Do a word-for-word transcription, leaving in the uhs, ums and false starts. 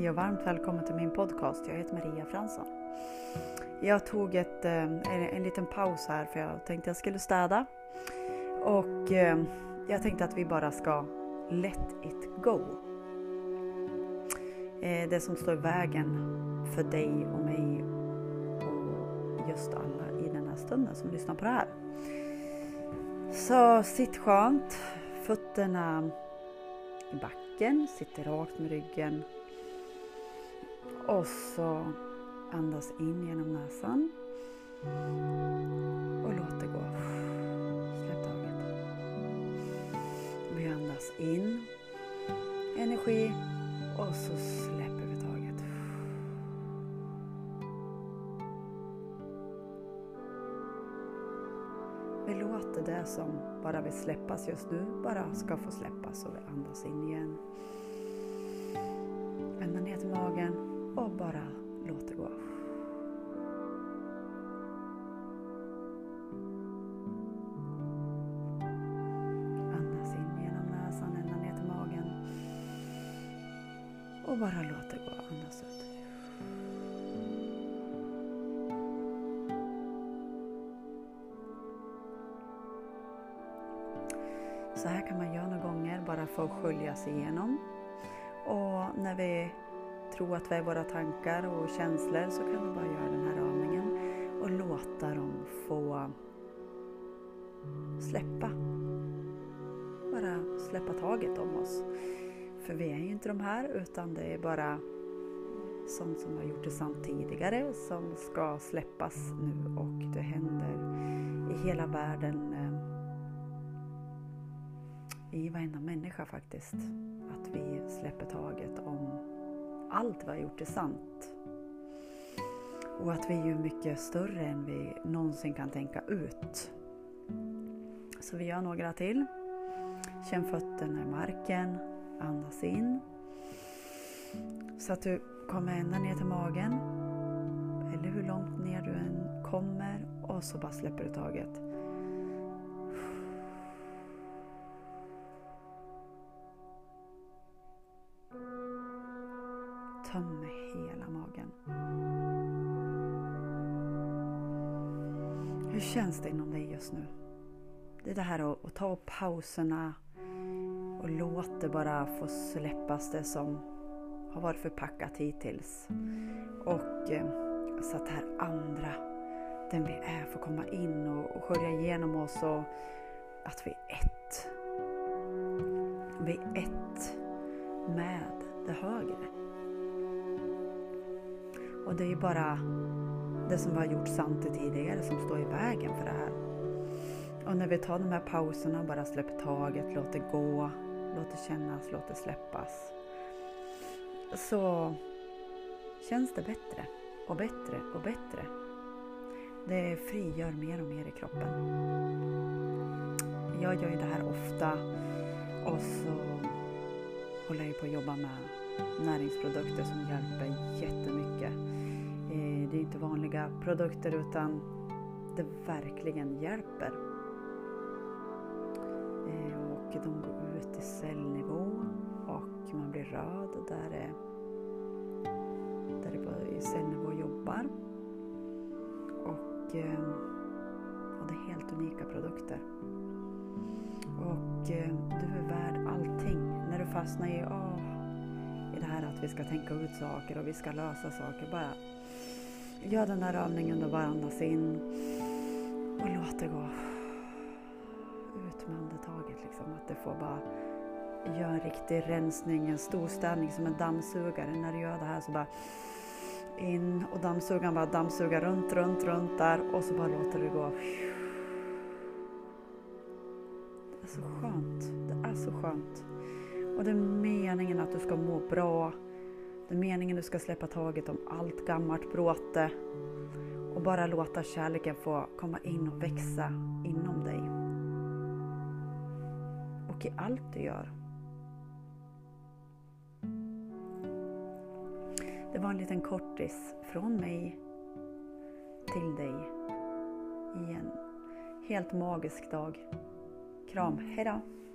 Hej och varmt välkommen till min podcast. Jag heter Maria Fransson. Jag tog ett, en, en liten paus här för jag tänkte jag skulle städa. Och jag tänkte att vi bara ska let it go. Det som står i vägen för dig och mig och just alla i den här stunden som lyssnar på det här. Så sitt skönt, fötterna i backen, sitter rakt med ryggen. Och så andas in genom näsan. Och låt det gå. Släpp taget. Vi andas in energi och så släpper vi taget. Vi låter det som bara vill släppas just nu bara ska få släppas och vi andas in igen. Ända ner till magen och bara låt det gå. Andas in genom näsan ända ner till magen och bara låt det gå. Andas ut. Så här kan man göra några gånger bara för att skölja sig igenom. Och när vi tror att vi är våra tankar och känslor så kan vi bara göra den här övningen och låta dem få släppa. Bara släppa taget om oss. För vi är ju inte de här utan det är bara sånt som har gjort det sant tidigare som ska släppas nu och det händer i hela världen. I varenda människa faktiskt. Att vi släpper taget om allt vi har gjort är sant. Och att vi är ju mycket större än vi någonsin kan tänka ut. Så vi gör några till. Känn fötterna i marken. Andas in. Så att du kommer ända ner till magen. Eller hur långt ner du än kommer. Och så bara släpper du taget. Töm hela magen. Hur känns det inom dig just nu? Det är det här att, att ta pauserna och låta det bara få släppas det som har varit förpackat hittills. Och eh, så att det här andra, den vi är, får komma in och, och skölja igenom oss och att vi är ett. Vi är ett med det högre. Och det är ju bara det som vi har gjort sant tidigare som står i vägen för det här. Och när vi tar de här pauserna och bara släpper taget, låter gå, låter kännas, låter släppas. Så känns det bättre och bättre och bättre. Det frigör mer och mer i kroppen. Jag gör ju det här ofta och så håller jag på att jobba med näringsprodukter som hjälper jättemycket. Det är inte vanliga produkter utan det verkligen hjälper. Och de går ut i cellnivå och man blir röd där det, där det på i cellnivå jobbar. Och ja, det är helt unika produkter. Och du är värd allting. När du fastnar i åh, i det här att vi ska tänka ut saker och vi ska lösa saker. Bara gör den här övningen och bara andas in och låt det gå. Ut med andetaget liksom. Att det får bara göra en riktig rensning, en stor städning som en dammsugare. När du gör det här så bara in och dammsugaren bara dammsuga runt, runt, runt där och så bara låter det gå. Det är så skönt. Det är så skönt. Och det är meningen att du ska må bra. Det är meningen att du ska släppa taget om allt gammalt bråte. Och bara låta kärleken få komma in och växa inom dig. Och i allt du gör. Det var en liten kortis från mig till dig. I en helt magisk dag. Kram, hejdå!